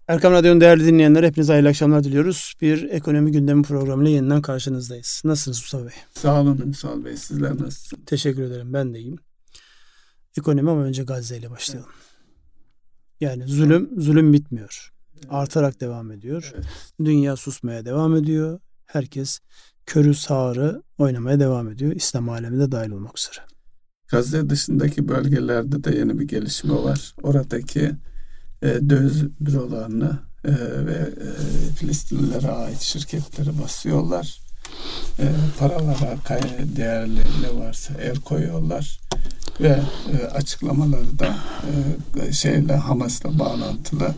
Erkam Radyo'nun değerli dinleyenler, hepinize hayırlı akşamlar diliyoruz. Bir ekonomi gündemi programıyla yeniden karşınızdayız. Nasılsınız Mustafa Bey? Sağ olun Ünsal Bey. Sizler nasılsınız? Teşekkür ederim. Ben de iyiyim. Ekonomi ama önce Gazze ile başlayalım. Yani zulüm bitmiyor. Artarak devam ediyor. Evet. Dünya susmaya devam ediyor. Herkes körü sağırı oynamaya devam ediyor. İslam aleminde dahil olmak üzere. Gazze dışındaki bölgelerde de yeni bir gelişme var. Oradaki döviz bürolarını ve Filistinlilere ait şirketleri basıyorlar. Paralara değerli ne varsa el koyuyorlar ve açıklamaları da Hamas'la bağlantılı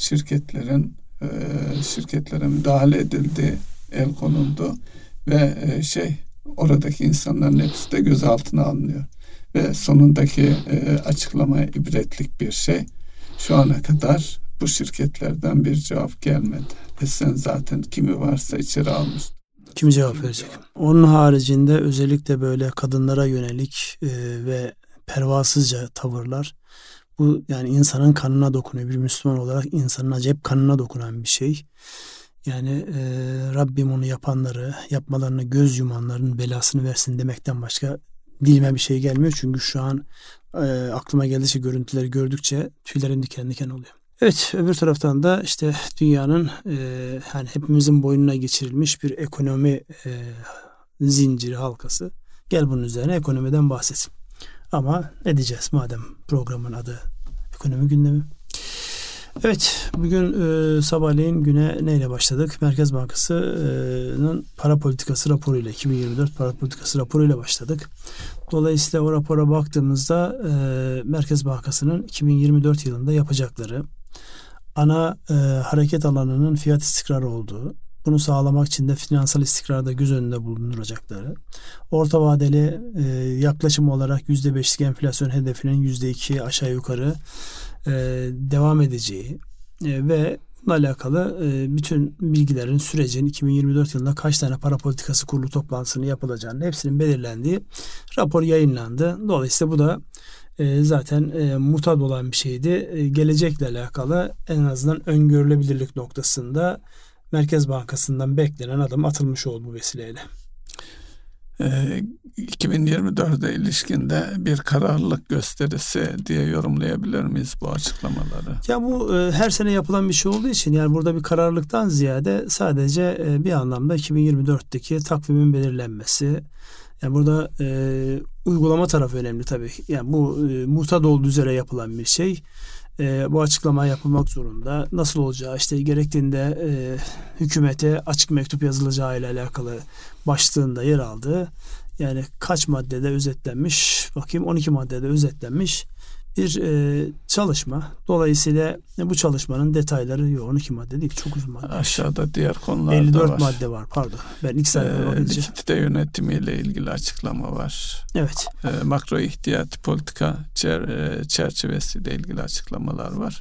şirketlere müdahale edildi, el konuldu ve oradaki insanların hepsi de gözaltına alınıyor ve sonundaki açıklama ibretlik bir şey. Şu ana kadar bu şirketlerden bir cevap gelmedi. Sen zaten kimi varsa içeri almış. Kim cevap verecek? Onun haricinde özellikle böyle kadınlara yönelik ve pervasızca tavırlar. Bu yani insanın kanına dokunuyor. Bir Müslüman olarak insanın acayip kanına dokunan bir şey. Yani Rabbim onu yapmalarına göz yumanların belasını versin demekten başka dilime bir şey gelmiyor. Çünkü şu an aklıma geldikçe, görüntüleri gördükçe tüylerim diken diken oluyor. Evet, öbür taraftan da işte dünyanın yani hepimizin boynuna geçirilmiş bir ekonomi zinciri halkası. Gel bunun üzerine ekonomiden bahset. Ama edeceğiz madem programın adı ekonomi gündemi. Evet, bugün sabahleyin güne neyle başladık? Merkez Bankası'nın para politikası raporuyla, 2024 para politikası raporuyla başladık. Dolayısıyla o rapora baktığımızda Merkez Bankası'nın 2024 yılında yapacakları, ana hareket alanının fiyat istikrarı olduğu, bunu sağlamak için de finansal istikrarda göz önünde bulunduracakları, orta vadeli yaklaşım olarak %5'lik enflasyon hedefinin %2 aşağı yukarı devam edeceği ve bununla alakalı bütün bilgilerin, sürecin 2024 yılında kaç tane para politikası kurulu toplantısının yapılacağını hepsinin belirlendiği rapor yayınlandı. Dolayısıyla bu da zaten mutat olan bir şeydi. Gelecekle alakalı en azından öngörülebilirlik noktasında Merkez Bankası'ndan beklenen adım atılmış oldu bu vesileyle. 2024'e ilişkinde bir kararlılık gösterisi diye yorumlayabilir miyiz bu açıklamaları? Ya bu her sene yapılan bir şey olduğu için yani burada bir kararlılıktan ziyade sadece bir anlamda 2024'teki takvimin belirlenmesi. Yani burada uygulama tarafı önemli tabii. Yani bu mutat olduğu üzere yapılan bir şey. Bu açıklama yapılmak zorunda. Nasıl olacağı işte gerektiğinde hükümete açık mektup yazılacağı ile alakalı başlığında yer aldığı, yani kaç maddede özetlenmiş, 12 maddede özetlenmiş bir çalışma. Dolayısıyla bu çalışmanın detayları 12 madde değil, çok uzun madde. Aşağıda diğer konularda 54 var. madde var, pardon. Ben ilk sayfaya bakınca. Likidite yönetimiyle ilgili açıklama var. Evet. Makro ihtiyati politika çerçevesiyle ilgili açıklamalar var.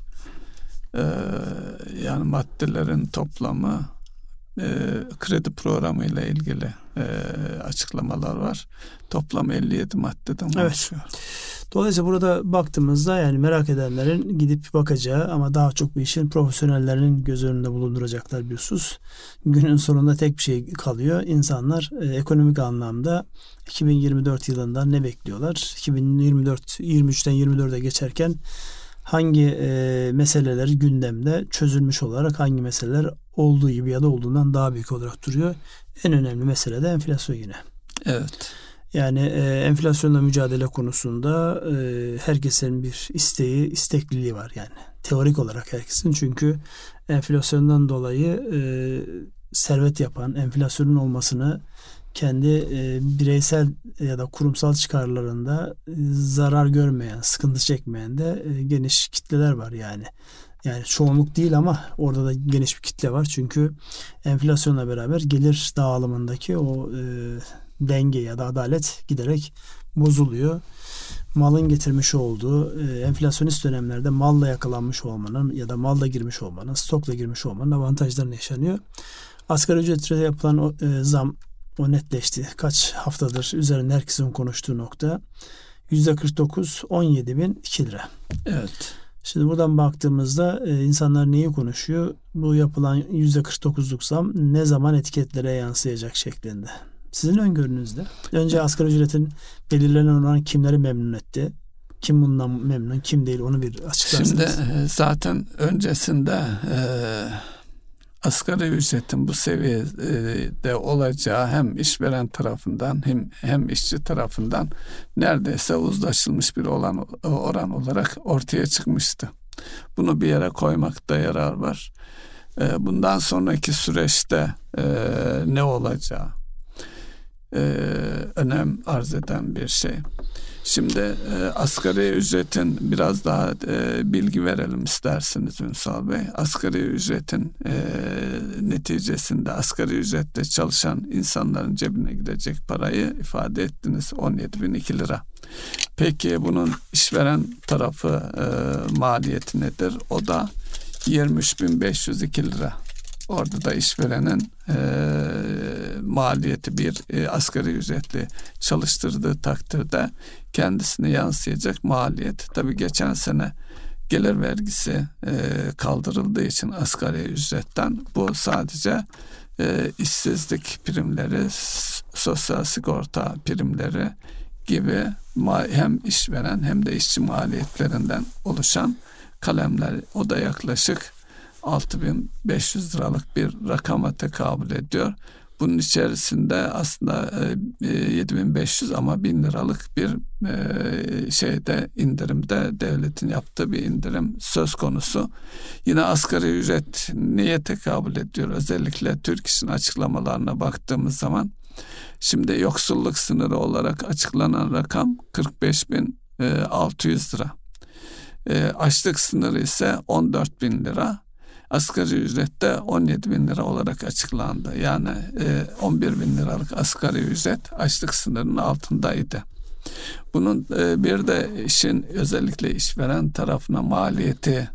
Yani maddelerin toplamı, kredi programı ile ilgili açıklamalar var. Toplam 57 maddeden oluşuyor. Evet. Dolayısıyla burada baktığımızda yani merak edenlerin gidip bakacağı ama daha çok bir işin profesyonellerinin göz önünde bulunduracaklar bir husus. Günün sonunda tek bir şey kalıyor. İnsanlar ekonomik anlamda 2024 yılında ne bekliyorlar? 23'ten 24'e geçerken hangi meseleler gündemde çözülmüş olarak, hangi meseleler olduğu gibi ya da olduğundan daha büyük olarak duruyor? En önemli mesele de enflasyon yine. Evet. Yani enflasyonla mücadele konusunda herkesin bir istekliliği var yani. Teorik olarak herkesin, çünkü enflasyondan dolayı servet yapan, enflasyonun olmasını kendi bireysel ya da kurumsal çıkarlarında zarar görmeyen, sıkıntı çekmeyen de geniş kitleler var yani. Yani çoğunluk değil ama orada da geniş bir kitle var. Çünkü enflasyonla beraber gelir dağılımındaki o denge ya da adalet giderek bozuluyor. Malın getirmiş olduğu enflasyonist dönemlerde malla yakalanmış olmanın ya da malla girmiş olmanın, stokla girmiş olmanın avantajlarını yaşanıyor. Asgari ücrete yapılan zam o netleşti. Kaç haftadır üzerinde herkesin konuştuğu nokta. %49 17.002 lira. Evet. Şimdi buradan baktığımızda insanlar neyi konuşuyor? Bu yapılan %49'luk zam ne zaman etiketlere yansıyacak şeklinde. Sizin öngörünüzde önce asgari ücretin belirlenen oran kimleri memnun etti? Kim bundan memnun, kim değil, onu bir açıklarsanız. Şimdi zaten öncesinde asgari ücretin bu seviyede olacağı hem işveren tarafından hem işçi tarafından neredeyse uzlaşılmış bir oran olarak ortaya çıkmıştı. Bunu bir yere koymakta yarar var. Bundan sonraki süreçte ne olacağı önem arz eden bir şey. Şimdi asgari ücretin biraz daha bilgi verelim isterseniz Ünsal Bey. Asgari ücretin neticesinde asgari ücretle çalışan insanların cebine gidecek parayı ifade ettiniz, 17.002 lira. Peki bunun işveren tarafı maliyeti nedir? O da 23.502 lira. Orada da işverenin maliyeti bir asgari ücretli çalıştırdığı takdirde kendisine yansıyacak maliyet. Tabii geçen sene gelir vergisi kaldırıldığı için asgari ücretten bu sadece işsizlik primleri, sosyal sigorta primleri gibi hem işveren hem de işçi maliyetlerinden oluşan kalemler, o da yaklaşık 6.500 liralık bir rakama tekabül ediyor. Bunun içerisinde aslında 7.500 ama 1.000 liralık bir indirimde devletin yaptığı bir indirim söz konusu. Yine asgari ücret neye tekabül ediyor? Özellikle Türk İş'in açıklamalarına baktığımız zaman şimdi yoksulluk sınırı olarak açıklanan rakam 45.600 lira. Açlık sınırı ise 14.000 lira. Asgari ücrette 17.000 lira olarak açıklandı. Yani 11.000 liralık asgari ücret açlık sınırının altındaydı. Bunun bir de işin özellikle işveren tarafına maliyeti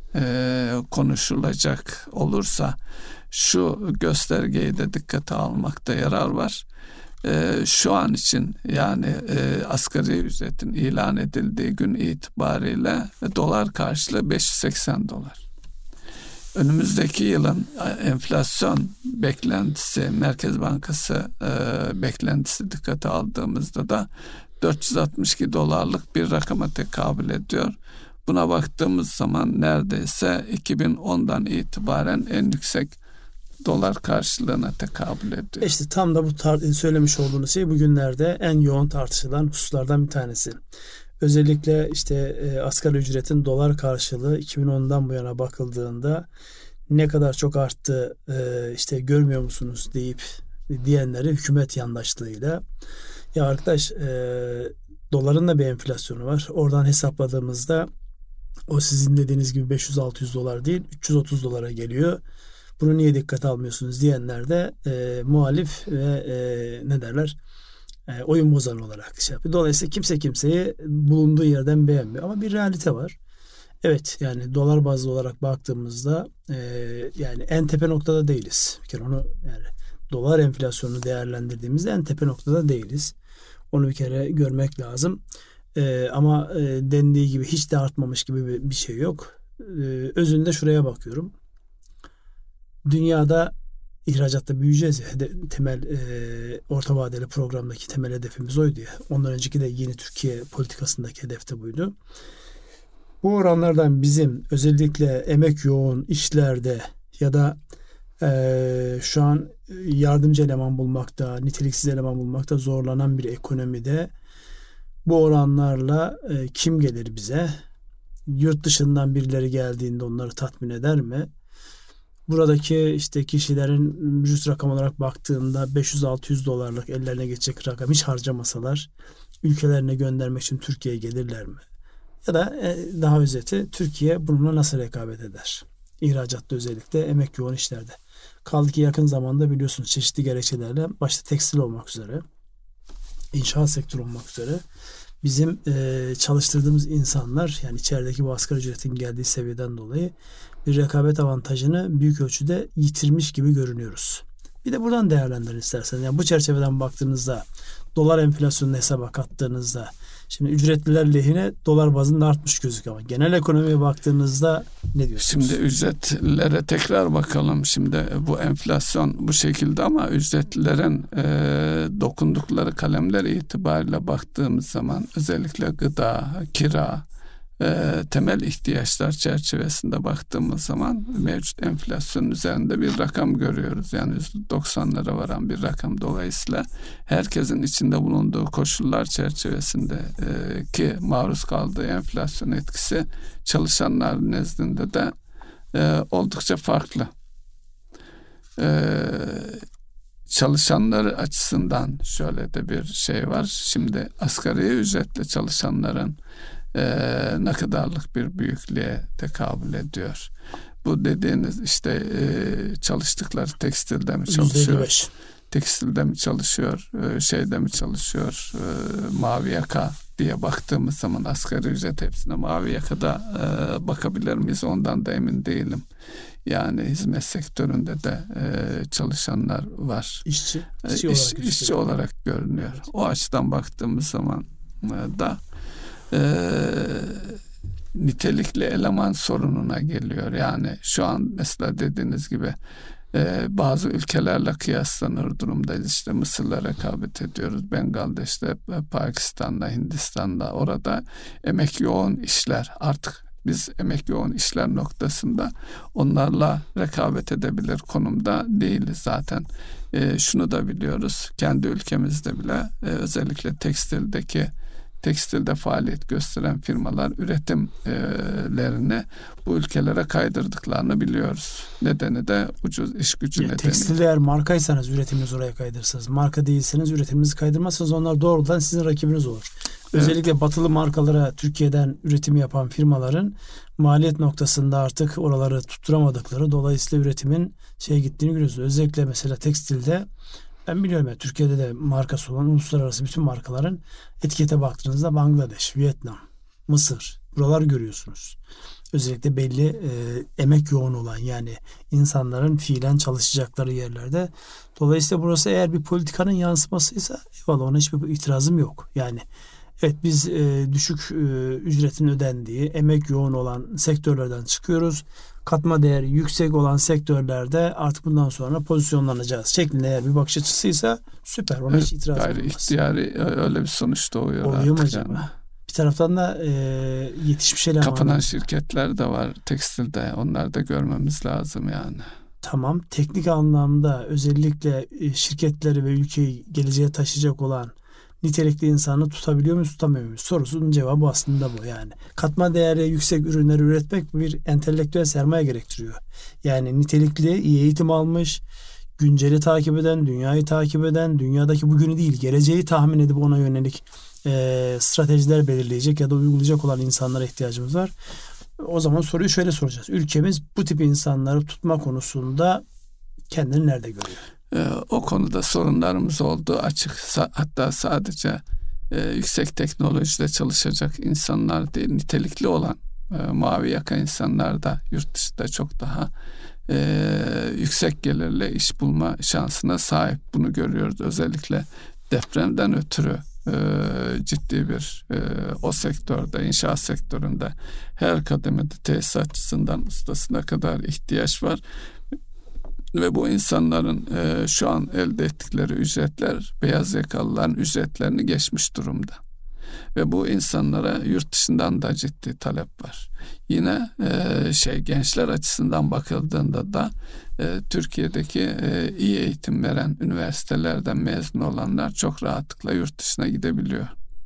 konuşulacak olursa şu göstergeyi de dikkate almakta yarar var. Şu an için yani asgari ücretin ilan edildiği gün itibariyle dolar karşılığı 580 dolar. Önümüzdeki yılın enflasyon beklentisi, Merkez Bankası beklentisi dikkate aldığımızda da 462 dolarlık bir rakama tekabül ediyor. Buna baktığımız zaman neredeyse 2010'dan itibaren en yüksek dolar karşılığına tekabül ediyor. İşte tam da bu söylemiş olduğunuz şey bugünlerde en yoğun tartışılan hususlardan bir tanesi. Özellikle işte asgari ücretin dolar karşılığı 2010'dan bu yana bakıldığında ne kadar çok arttı işte görmüyor musunuz diyenleri hükümet yandaşlığıyla, ya arkadaş doların da bir enflasyonu var. Oradan hesapladığımızda o sizin dediğiniz gibi 500-600 dolar değil 330 dolara geliyor. Bunu niye dikkate almıyorsunuz diyenler de muhalif ve ne derler? Oyun bozan olarak şey yapıyor. Dolayısıyla kimse kimseyi bulunduğu yerden beğenmiyor. Ama bir realite var. Evet, yani dolar bazlı olarak baktığımızda yani en tepe noktada değiliz. Bir kere onu, yani dolar enflasyonunu değerlendirdiğimizde en tepe noktada değiliz. Onu bir kere görmek lazım. Ama dendiği gibi hiç de artmamış gibi bir şey yok. Özünde şuraya bakıyorum. Dünyada ihracatta büyüyeceğiz ya, temel orta vadeli programdaki temel hedefimiz oydu ya. Ondan önceki de yeni Türkiye politikasındaki hedef de buydu. Bu oranlardan bizim özellikle emek yoğun işlerde ya da şu an yardımcı eleman bulmakta, niteliksiz eleman bulmakta zorlanan bir ekonomide bu oranlarla kim gelir bize? Yurt dışından birileri geldiğinde onları tatmin eder mi? Buradaki işte kişilerin ücret rakam olarak baktığında 500-600 dolarlık ellerine geçecek rakam hiç harcamasalar ülkelerine göndermek için Türkiye'ye gelirler mi? Ya da daha özeti, Türkiye bununla nasıl rekabet eder? İhracatta özellikle emek yoğun işlerde. Kaldı ki yakın zamanda biliyorsunuz çeşitli gerekçelerle başta tekstil olmak üzere, inşaat sektörü olmak üzere bizim çalıştırdığımız insanlar, yani içerideki bu asgari ücretin geldiği seviyeden dolayı bir rekabet avantajını büyük ölçüde yitirmiş gibi görünüyoruz. Bir de buradan değerlendirin isterseniz. Yani bu çerçeveden baktığınızda, dolar enflasyonunu hesaba kattığınızda, şimdi ücretliler lehine dolar bazında artmış gözüküyor ama genel ekonomiye baktığınızda ne diyorsunuz? Şimdi ücretlilere tekrar bakalım. Şimdi bu enflasyon bu şekilde ama ücretlilerin dokundukları kalemler itibariyle baktığımız zaman özellikle gıda, kira, temel ihtiyaçlar çerçevesinde baktığımız zaman mevcut enflasyonun üzerinde bir rakam görüyoruz. Yani %90'lara varan bir rakam. Dolayısıyla herkesin içinde bulunduğu koşullar çerçevesinde ki maruz kaldığı enflasyon etkisi çalışanlar nezdinde de oldukça farklı. Çalışanlar açısından şöyle de bir şey var. Şimdi asgari ücretle çalışanların ne kadarlık bir büyüklüğe tekabül ediyor. Bu dediğiniz işte çalıştıkları tekstilde mi çalışıyor? %55. Tekstilde mi çalışıyor? Şeyde mi çalışıyor? Mavi yaka diye baktığımız zaman asgari ücret hepsine mavi yakada bakabilir miyiz? Ondan da emin değilim. Yani hizmet sektöründe de çalışanlar var. İşçi olarak görünüyor. Evet. O açıdan baktığımız zaman da nitelikli eleman sorununa geliyor. Yani şu an mesela dediğiniz gibi bazı ülkelerle kıyaslanır durumdayız. İşte Mısır'la rekabet ediyoruz. Bengal'da işte Pakistan'da, Hindistan'da orada emek yoğun işler. Artık biz emek yoğun işler noktasında onlarla rekabet edebilir konumda değiliz zaten. Şunu da biliyoruz. Kendi ülkemizde bile özellikle tekstilde faaliyet gösteren firmalar üretimlerini bu ülkelere kaydırdıklarını biliyoruz. Nedeni de ucuz iş gücü nedeni. Tekstilde eğer markaysanız üretiminizi oraya kaydırırsınız. Marka değilseniz üretiminizi kaydırmazsanız onlar doğrudan sizin rakibiniz olur. Özellikle evet. Batılı markalara Türkiye'den üretim yapan firmaların maliyet noktasında artık oraları tutturamadıkları, dolayısıyla üretimin gittiğini görüyoruz. Özellikle mesela tekstilde ben biliyorum ya, Türkiye'de de markası olan uluslararası bütün markaların etikete baktığınızda Bangladeş, Vietnam, Mısır buralar görüyorsunuz. Özellikle belli emek yoğun olan, yani insanların fiilen çalışacakları yerlerde. Dolayısıyla burası eğer bir politikanın yansımasıysa eyvallah, ona hiçbir itirazım yok. Yani evet, biz düşük ücretin ödendiği, emek yoğun olan sektörlerden çıkıyoruz. Katma değeri yüksek olan sektörlerde artık bundan sonra pozisyonlanacağız şeklinde eğer bir bakış açısıysa süper. Ona hiç itiraz olmaz. İhtiyari öyle bir sonuç doğuyor. Oluyor mu acaba? Yani. Bir taraftan da yetişmiş eleman. Kapanan şirketler de var tekstilde. Onları da görmemiz lazım yani. Tamam. Teknik anlamda özellikle şirketleri ve ülkeyi geleceğe taşıyacak olan nitelikli insanı tutabiliyor muyuz, tutamıyor muyuz? Sorusunun cevabı aslında bu yani. Katma değeri yüksek ürünleri üretmek bir entelektüel sermaye gerektiriyor. Yani nitelikli, iyi eğitim almış, günceli takip eden, dünyayı takip eden, dünyadaki bugünü değil, geleceği tahmin edip ona yönelik stratejiler belirleyecek ya da uygulayacak olan insanlara ihtiyacımız var. O zaman soruyu şöyle soracağız. Ülkemiz bu tip insanları tutma konusunda kendini nerede görüyor? O konuda sorunlarımız olduğu açık. Hatta sadece yüksek teknolojide çalışacak insanlar değil, nitelikli olan mavi yaka insanlar da yurt dışında çok daha yüksek gelirli iş bulma şansına sahip. Bunu görüyoruz. Özellikle depremden ötürü ciddi bir o sektörde, inşaat sektöründe her kademede tesisatçısından ustasına kadar ihtiyaç var. Ve bu insanların şu an elde ettikleri ücretler beyaz yakalıların ücretlerini geçmiş durumda. Ve bu insanlara yurt dışından da ciddi talep var. Yine gençler açısından bakıldığında da Türkiye'deki iyi eğitim veren üniversitelerden mezun olanlar çok rahatlıkla yurt dışına gidebiliyor.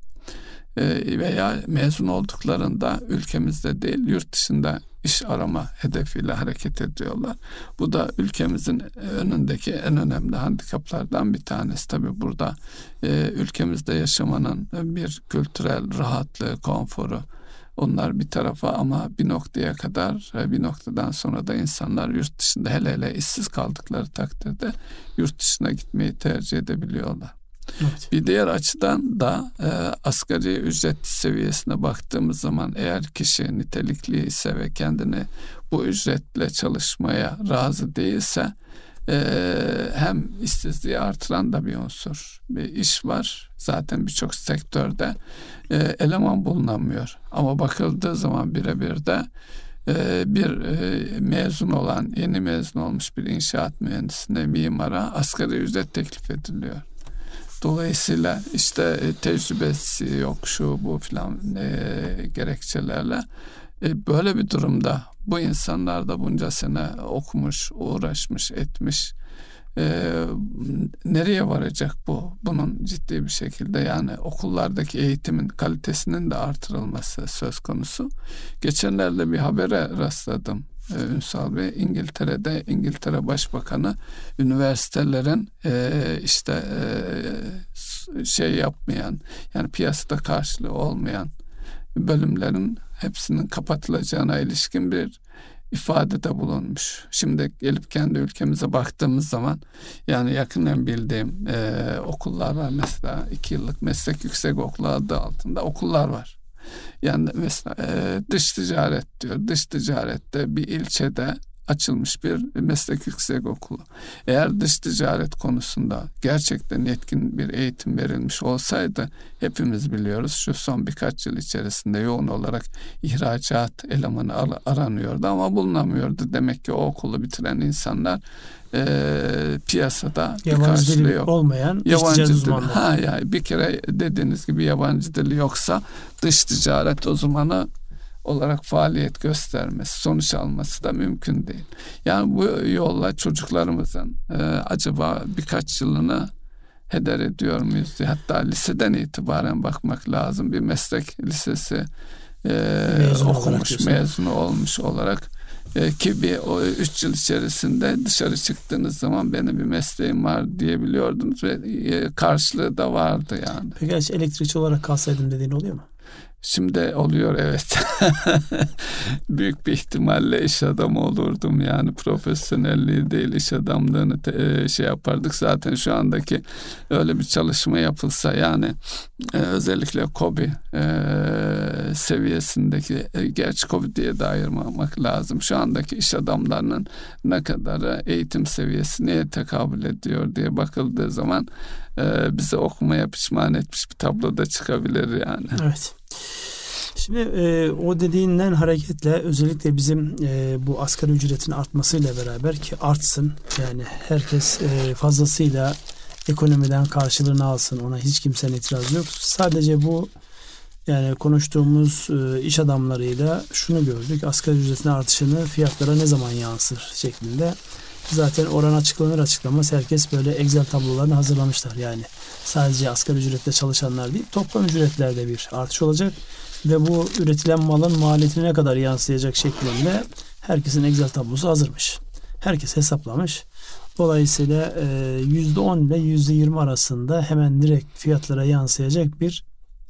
Veya mezun olduklarında ülkemizde değil yurt dışında iş arama hedefiyle hareket ediyorlar. Bu da ülkemizin önündeki en önemli handikaplardan bir tanesi. Tabii burada ülkemizde yaşamanın bir kültürel rahatlığı, konforu, onlar bir tarafa ama bir noktaya kadar, bir noktadan sonra da insanlar yurt dışında hele işsiz kaldıkları takdirde yurt dışına gitmeyi tercih edebiliyorlar. Evet. Bir diğer açıdan da asgari ücret seviyesine baktığımız zaman eğer kişi nitelikli ise ve kendini bu ücretle çalışmaya razı değilse hem işsizliği artıran da bir unsur. Bir iş var. Zaten birçok sektörde eleman bulunamıyor. Ama bakıldığı zaman birebir de bir mezun olan, yeni mezun olmuş bir inşaat mühendisine, mimara asgari ücret teklif ediliyor. Dolayısıyla işte tecrübesi yok, şu bu filan gerekçelerle böyle bir durumda bu insanlar da bunca sene okumuş, uğraşmış, etmiş. Nereye varacak bu? Bunun ciddi bir şekilde yani okullardaki eğitimin kalitesinin de artırılması söz konusu. Geçenlerde bir habere rastladım. Ünsal Bey, İngiltere'de İngiltere Başbakanı üniversitelerin şey yapmayan, yani piyasada karşılığı olmayan bölümlerin hepsinin kapatılacağına ilişkin bir ifadede bulunmuş. Şimdi gelip kendi ülkemize baktığımız zaman yani yakından bildiğim okullar var. Mesela 2 yıllık meslek yüksekokulu adı altında okullar var. Yani mesela dış ticaret diyor. Dış ticarette bir ilçede açılmış bir meslek yüksekokulu. Eğer dış ticaret konusunda gerçekten yetkin bir eğitim verilmiş olsaydı, hepimiz biliyoruz şu son birkaç yıl içerisinde yoğun olarak ihracat elemanı aranıyordu ama bulunamıyordu. Demek ki o okulu bitiren insanlar piyasada yabancı dili yok. Olmayan yabancı dili. Yani bir kere dediğiniz gibi yabancı dili yoksa dış ticaret uzmanı olarak faaliyet göstermesi, sonuç alması da mümkün değil. Yani bu yolla çocuklarımızın acaba birkaç yılını heder ediyor muyuz diye, hatta liseden itibaren bakmak lazım. Bir meslek lisesi okumuş, mezunu olmuş olarak ki bir o 3 yıl içerisinde dışarı çıktığınız zaman benim bir mesleğim var diyebiliyordunuz ve karşılığı da vardı yani. Peki hiç elektrikçi olarak kalsaydım dediğin oluyor mu? Şimdi oluyor, evet. Büyük bir ihtimalle iş adamı olurdum yani, profesyonelliği değil iş adamlığını yapardık. Zaten şu andaki öyle bir çalışma yapılsa yani özellikle KOBİ seviyesindeki, gerçi KOBİ diye de ayırmamak lazım. Şu andaki iş adamlarının ne kadarı eğitim seviyesi neye tekabül ediyor diye bakıldığı zaman bize okumaya pişman etmiş bir tablo da çıkabilir yani. Evet. Şimdi o dediğinden hareketle özellikle bizim bu asgari ücretin artmasıyla beraber, ki artsın yani herkes fazlasıyla ekonomiden karşılığını alsın, ona hiç kimsenin itirazı yok. Sadece bu yani konuştuğumuz iş adamlarıyla şunu gördük: asgari ücretin artışını fiyatlara ne zaman yansır şeklinde. Zaten oran açıklanır açıklamaz herkes böyle Excel tablolarını hazırlamışlar. Yani sadece asgari ücretle çalışanlar değil, toplam ücretlerde bir artış olacak ve bu üretilen malın maliyetine ne kadar yansıyacak şeklinde herkesin Excel tablosu hazırmış. Herkes hesaplamış. Dolayısıyla %10 ile %20 arasında hemen direkt fiyatlara yansıyacak bir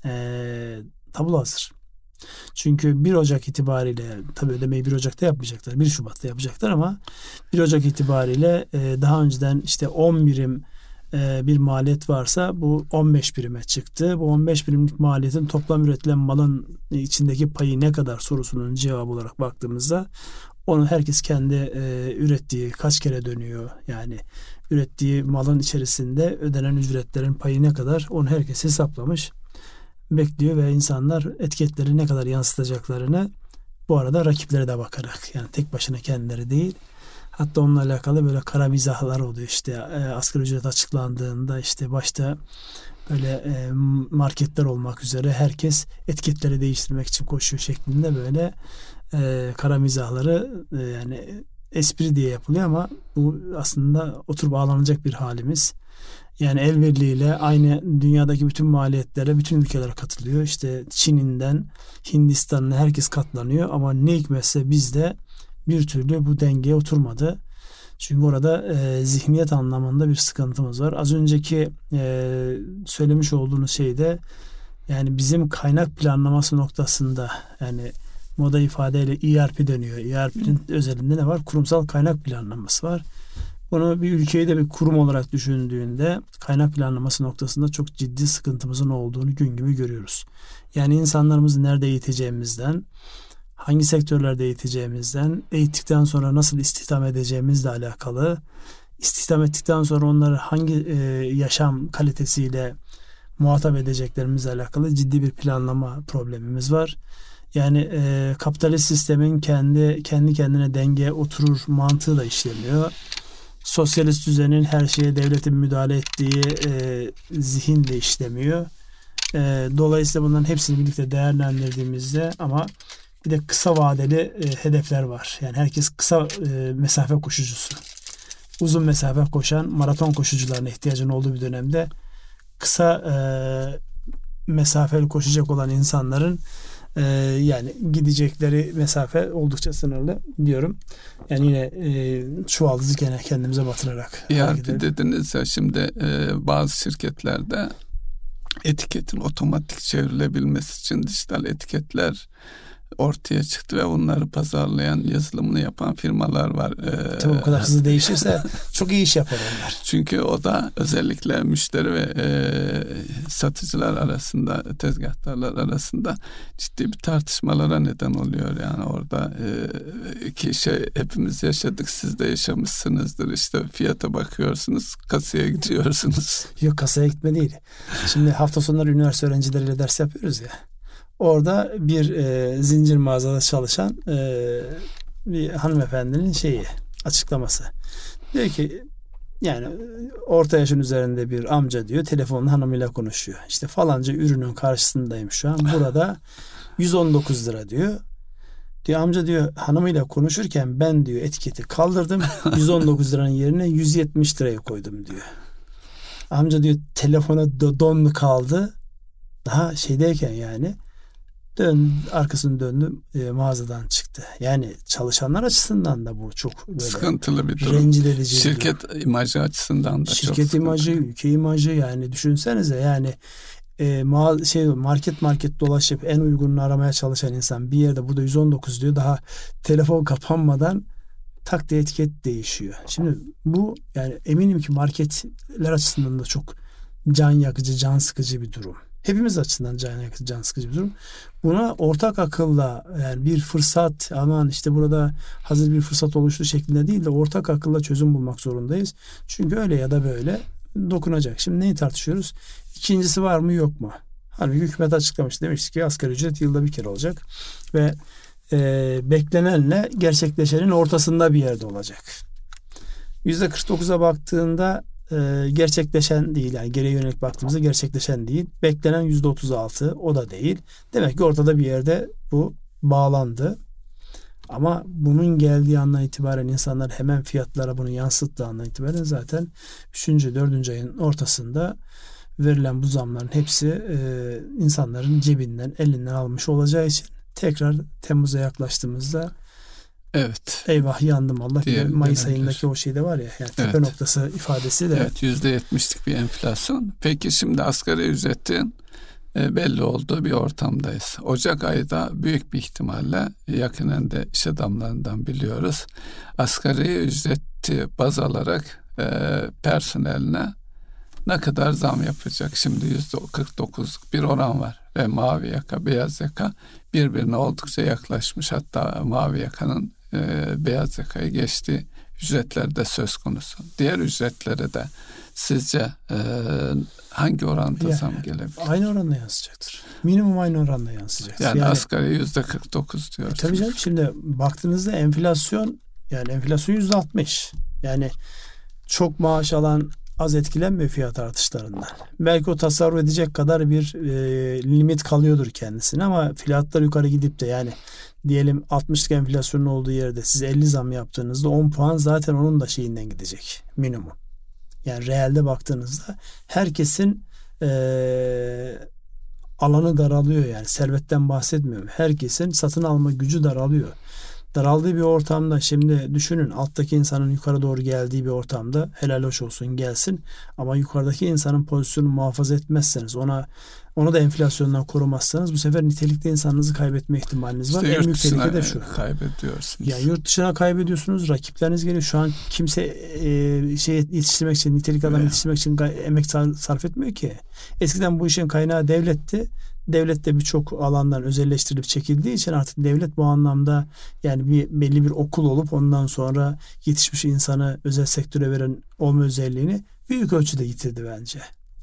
tablo hazır. Çünkü 1 Ocak itibariyle, tabii ödemeyi 1 Ocak'ta yapmayacaklar, 1 Şubat'ta yapacaklar ama 1 Ocak itibariyle daha önceden işte 10 birim bir maliyet varsa bu 15 birime çıktı. Bu 15 birimlik maliyetin toplam üretilen malın içindeki payı ne kadar sorusunun cevabı olarak baktığımızda onu herkes kendi ürettiği kaç kere dönüyor, yani ürettiği malın içerisinde ödenen ücretlerin payı ne kadar, onu herkes hesaplamış, bekliyor ve insanlar etiketleri ne kadar yansıtacaklarını bu arada rakiplere de bakarak, yani tek başına kendileri değil, hatta onunla alakalı böyle kara mizahlar oluyor. İşte asgari ücret açıklandığında işte başta böyle marketler olmak üzere herkes etiketleri değiştirmek için koşuyor şeklinde böyle kara mizahları yani espri diye yapılıyor ama bu aslında oturup ağlanacak bir halimiz. Yani el birliğiyle aynı dünyadaki bütün maliyetlere bütün ülkeler katılıyor. İşte Çin'inden Hindistan'ına herkes katlanıyor ama ne hikmetse bizde bir türlü bu dengeye oturmadı. Çünkü orada zihniyet anlamında bir sıkıntımız var. Az önceki söylemiş olduğunuz şeyde yani bizim kaynak planlaması noktasında, yani moda ifadeyle ERP deniyor. ERP'nin özelinde ne var? Kurumsal kaynak planlaması var. Bunu bir ülkeyi de bir kurum olarak düşündüğünde kaynak planlaması noktasında çok ciddi sıkıntımızın olduğunu gün gibi görüyoruz. Yani insanlarımızı nerede eğiteceğimizden, hangi sektörlerde eğiteceğimizden, eğittikten sonra nasıl istihdam edeceğimizle alakalı istihdam ettikten sonra onları hangi yaşam kalitesiyle muhatap edeceklerimizle alakalı ciddi bir planlama problemimiz var. Yani kapitalist sistemin kendi kendine dengeye oturur mantığı da işlemiyor. Sosyalist düzenin her şeye devletin müdahale ettiği zihin de işlemiyor. Dolayısıyla bunların hepsini birlikte değerlendirdiğimizde ama bir de kısa vadeli hedefler var. Yani herkes kısa mesafe koşucusu. Uzun mesafe koşan maraton koşucularına ihtiyacın olduğu bir dönemde kısa mesafeli koşacak olan insanların yani gidecekleri mesafe oldukça sınırlı diyorum. Yani yine çuvaldızı gene kendimize batırarak. ERP dediniz ya, şimdi bazı şirketlerde etiketin otomatik çevrilebilmesi için dijital etiketler ortaya çıktı ve onları pazarlayan, yazılımını yapan firmalar var. Tabii o kadar hızlı değişirse çok iyi iş yapar onlar. Çünkü o da özellikle müşteri ve satıcılar arasında, tezgahtarlar arasında ciddi bir tartışmalara neden oluyor. Yani orada ki hepimiz yaşadık, siz de yaşamışsınızdır. İşte fiyata bakıyorsunuz, kasaya gidiyorsunuz. Yok, kasaya gitme değil. Şimdi hafta sonları üniversite öğrencileriyle ders yapıyoruz ya. Orada bir zincir mağazada çalışan bir hanımefendinin açıklaması. Diyor ki yani orta yaşın üzerinde bir amca diyor, telefonla hanımıyla konuşuyor. İşte falanca ürünün karşısındayım şu an. Burada 119 lira diyor. Diyor amca diyor, hanımıyla konuşurken ben diyor etiketi kaldırdım. 119 liranın yerine 170 liraya koydum diyor. Amca diyor telefona donlu kaldı. Daha şeydeyken yani arkasını döndü, mağazadan çıktı. Yani çalışanlar açısından da bu çok böyle sıkıntılı bir durum. Rencide edici. Şirket imajı açısından da şirket çok sıkıntılı. imajı, ülke imajı, yani düşünsenize yani market dolaşıp en uygununu aramaya çalışan insan bir yerde burada 119 diyor, daha telefon kapanmadan tak diye etiket değişiyor. Şimdi bu yani eminim ki marketler açısından da çok can yakıcı, can sıkıcı bir durum. Hepimiz açısından can yakıcı, can sıkıcı bir durum. Buna ortak akılla, yani bir fırsat, aman işte burada hazır bir fırsat oluştu şeklinde değil de ortak akılla çözüm bulmak zorundayız. Çünkü öyle ya da böyle dokunacak. Şimdi neyi tartışıyoruz? İkincisi var mı yok mu? Halbuki hükümet açıklamış, demiş ki asgari ücret yılda bir kere olacak ve beklenenle gerçekleşenin ortasında bir yerde olacak. %49'a baktığında gerçekleşen değil, yani geriye yönelik baktığımızda gerçekleşen değil. Beklenen %36, o da değil. Demek ki ortada bir yerde bu bağlandı. Ama bunun geldiği andan itibaren insanlar hemen fiyatlara bunu yansıttığı andan itibaren zaten 3. 4. ayın ortasında verilen bu zamların hepsi insanların cebinden, elinden almış olacağı için tekrar Temmuz'a yaklaştığımızda evet, eyvah yandım Allah diye Mayıs ayındaki o şeyde var ya, yani tepe noktası ifadesi de. Evet, %70'lik bir enflasyon. Peki şimdi asgari ücretin belli olduğu bir ortamdayız. Ocak ayı da büyük bir ihtimalle yakinen de iş adamlarından biliyoruz. Asgari ücreti baz alarak personeline ne kadar zam yapacak? Şimdi %49'luk bir oran var ve mavi yaka, beyaz yaka birbirine oldukça yaklaşmış. Hatta mavi yakanın beyaz yakayı geçtiği ücretler de söz konusu. Diğer ücretlere de sizce hangi oranda zam gelebilir? Aynı oranda yansıyacaktır. Minimum aynı oranda yansıyacaktır. Yani asgari %49 diyorsunuz. Tabii canım, şimdi baktığınızda enflasyon %60. Yani çok maaş alan az etkilenmiyor fiyat artışlarından. Belki o tasarruf edecek kadar bir limit kalıyordur kendisine ama fiyatlar yukarı gidip de yani diyelim 60'lık enflasyonun olduğu yerde siz 50 zam yaptığınızda 10 puan zaten onun da şeyinden gidecek minimum. Yani realde baktığınızda herkesin alanı daralıyor, yani servetten bahsetmiyorum. Herkesin satın alma gücü daralıyor. Daraldığı bir ortamda şimdi düşünün, alttaki insanın yukarı doğru geldiği bir ortamda helal hoş olsun gelsin ama yukarıdaki insanın pozisyonunu muhafaza etmezseniz, onu da enflasyondan korumazsanız bu sefer nitelikte insanınızı kaybetme ihtimaliniz var. En büyük tehlike de şu. Kaybediyorsunuz. Ya yurt dışına kaybediyorsunuz, rakipleriniz geliyor. Şu an kimse yetiştirmek için, nitelik adam yetiştirmek için emek sarf etmiyor ki. Eskiden bu işin kaynağı devletti. devlet de birçok alandan özelleştirilip çekildiği için artık devlet bu anlamda yani belli bir okul olup ondan sonra yetişmiş insanı özel sektöre veren olma özelliğini büyük ölçüde yitirdi bence.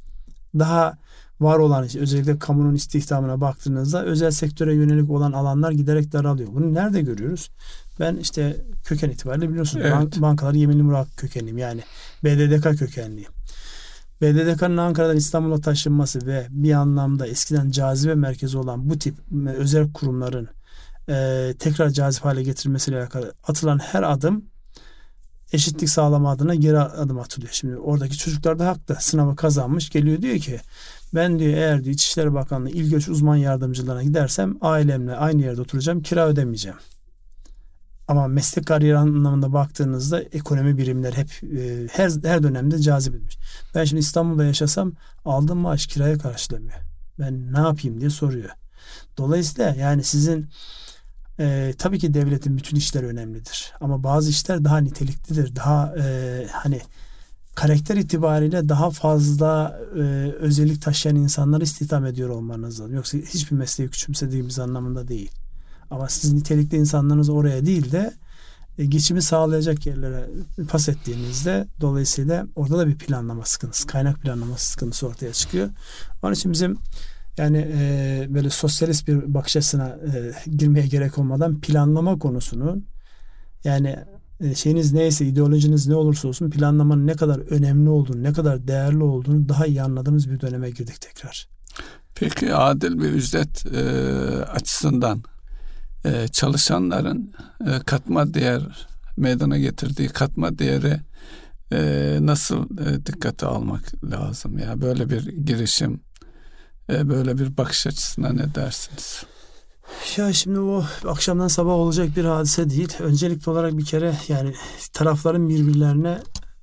Daha var olan, özellikle kamunun istihdamına baktığınızda özel sektöre yönelik olan alanlar giderek daralıyor. Bunu nerede görüyoruz? Ben işte köken itibariyle biliyorsunuz, evet. bankalar yeminli murak kökenliyim, yani BDDK kökenliyim. BDDK'nın Ankara'dan İstanbul'a taşınması ve bir anlamda eskiden cazibe merkezi olan bu tip özel kurumların tekrar cazip hale getirilmesiyle alakalı atılan her adım eşitlik sağlama adına geri adım atılıyor. Şimdi oradaki çocuklar da haklı. Sınavı kazanmış, geliyor diyor ki ben diyor eğer diyor İçişleri Bakanlığı İl Göç Uzman Yardımcılarına gidersem ailemle aynı yerde oturacağım, kira ödemeyeceğim. Ama meslek kariyeri anlamında baktığınızda ekonomi birimleri hep her dönemde cazip edilmiş. Ben şimdi İstanbul'da yaşasam aldığım maaş kiraya karşılamıyor. Ben ne yapayım diye soruyor. Dolayısıyla yani sizin tabii ki devletin bütün işleri önemlidir. Ama bazı işler daha niteliklidir. Daha hani karakter itibariyle daha fazla özellik taşıyan insanları istihdam ediyor olmanız lazım. Yoksa hiçbir mesleği küçümsediğimiz anlamında değil. Ama siz nitelikli insanlarınızı oraya değil de geçimi sağlayacak yerlere pas ettiğinizde dolayısıyla orada da bir planlama sıkıntısı, kaynak planlaması sıkıntısı ortaya çıkıyor. Onun için bizim yani böyle sosyalist bir bakış açısına girmeye gerek olmadan planlama konusunun yani şeyiniz neyse, ideolojiniz ne olursa olsun planlamanın ne kadar önemli olduğunu, ne kadar değerli olduğunu daha iyi anladığımız bir döneme girdik tekrar. Peki adil bir ücret açısından çalışanların katma değer meydana getirdiği katma değeri nasıl dikkate almak lazım? Ya böyle bir girişim, böyle bir bakış açısına ne dersiniz? Ya şimdi o akşamdan sabah olacak bir hadise değil. Öncelikli olarak bir kere yani tarafların birbirlerine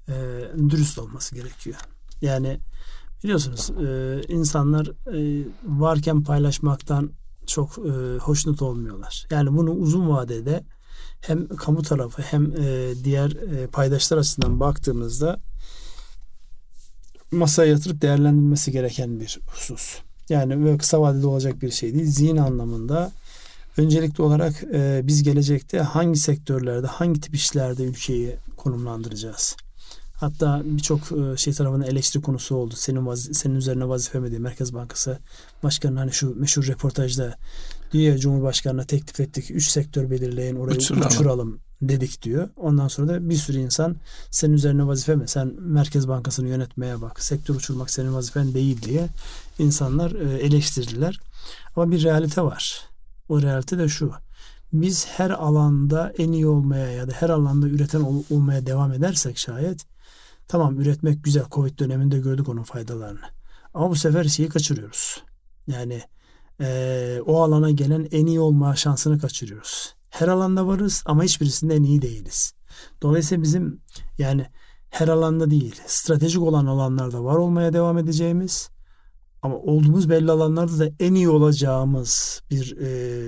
dürüst olması gerekiyor. Yani biliyorsunuz insanlar varken paylaşmaktan çok hoşnut olmuyorlar. Yani bunu uzun vadede hem kamu tarafı hem diğer paydaşlar açısından baktığımızda masaya yatırıp değerlendirilmesi gereken bir husus. Yani böyle kısa vadede olacak bir şey değil. Zihin anlamında öncelikli olarak biz gelecekte hangi sektörlerde, hangi tip işlerde ülkeyi konumlandıracağız? Hatta birçok şey tarafından eleştiri konusu oldu. Senin üzerine vazife mi diye Merkez Bankası Başkanı hani şu meşhur röportajda diyor ya, Cumhurbaşkanı'na teklif ettik. 3 sektör belirleyin, orayı uçuralım dedik diyor. Ondan sonra da bir sürü insan senin üzerine vazife mi? Sen Merkez Bankası'nı yönetmeye bak. Sektör uçurmak senin vazifen değil diye insanlar eleştirdiler. Ama bir realite var. O realite de şu. Biz her alanda en iyi olmaya ya da her alanda üreten olmaya devam edersek şayet tamam, üretmek güzel. Covid döneminde gördük onun faydalarını. Ama bu sefer şeyi kaçırıyoruz. Yani o alana gelen en iyi olma şansını kaçırıyoruz. Her alanda varız ama hiçbirisinde en iyi değiliz. Dolayısıyla bizim yani her alanda değil, stratejik olan alanlarda var olmaya devam edeceğimiz ama olduğumuz belli alanlarda da en iyi olacağımız bir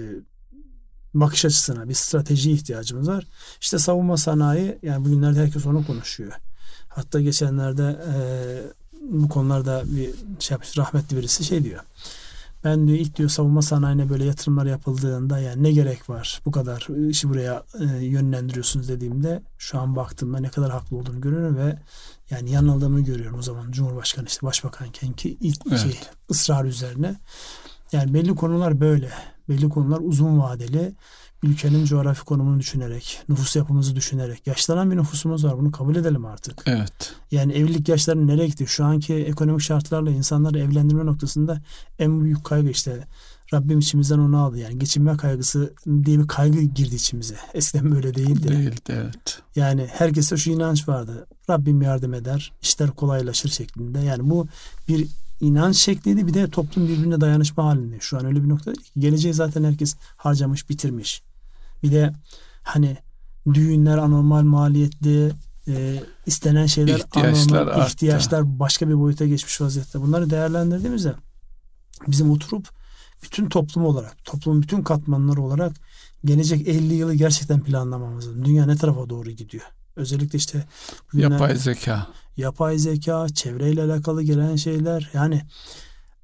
bakış açısına, bir stratejiye ihtiyacımız var. İşte savunma sanayi, yani bugünlerde herkes onu konuşuyor. Hatta geçenlerde bu konularda bir şey yapmış, rahmetli birisi şey diyor. Ben diyor ilk diyor savunma sanayine böyle yatırımlar yapıldığında yani ne gerek var bu kadar işi buraya yönlendiriyorsunuz dediğimde şu an baktığımda ne kadar haklı olduğunu görüyorum ve yani yanıldığımı görüyorum o zaman Cumhurbaşkanı işte başbakanken ki ilk ısrar üzerine. Yani belli konular böyle. Belli konular uzun vadeli. Ülkenin coğrafi konumunu düşünerek, nüfus yapımızı düşünerek. Yaşlanan bir nüfusumuz var. Bunu kabul edelim artık. Evet. Yani evlilik yaşlarının nereye gitti? Şu anki ekonomik şartlarla insanları evlendirme noktasında en büyük kaygı işte Rabbim içimizden onu aldı. Yani geçinme kaygısı diye bir kaygı girdi içimize. Eskiden böyle değildi. Değildi, evet. Yani herkeste şu inanç vardı. Rabbim yardım eder, işler kolaylaşır şeklinde. Yani bu bir inanç şekliydi. Bir de toplum birbirine dayanışma halinde. Şu an öyle bir nokta değil ki. Geleceği zaten herkes harcamış, bitirmiş. Bir de hani düğünler anormal maliyetli, istenen şeyler anormal, ihtiyaçlar başka bir boyuta geçmiş vaziyette. Bunları değerlendirdiğimizde bizim oturup bütün toplum olarak, toplumun bütün katmanları olarak gelecek 50 yılı gerçekten planlamamız lazım. Dünya ne tarafa doğru gidiyor? Özellikle işte yapay zeka, çevreyle alakalı gelen şeyler. Yani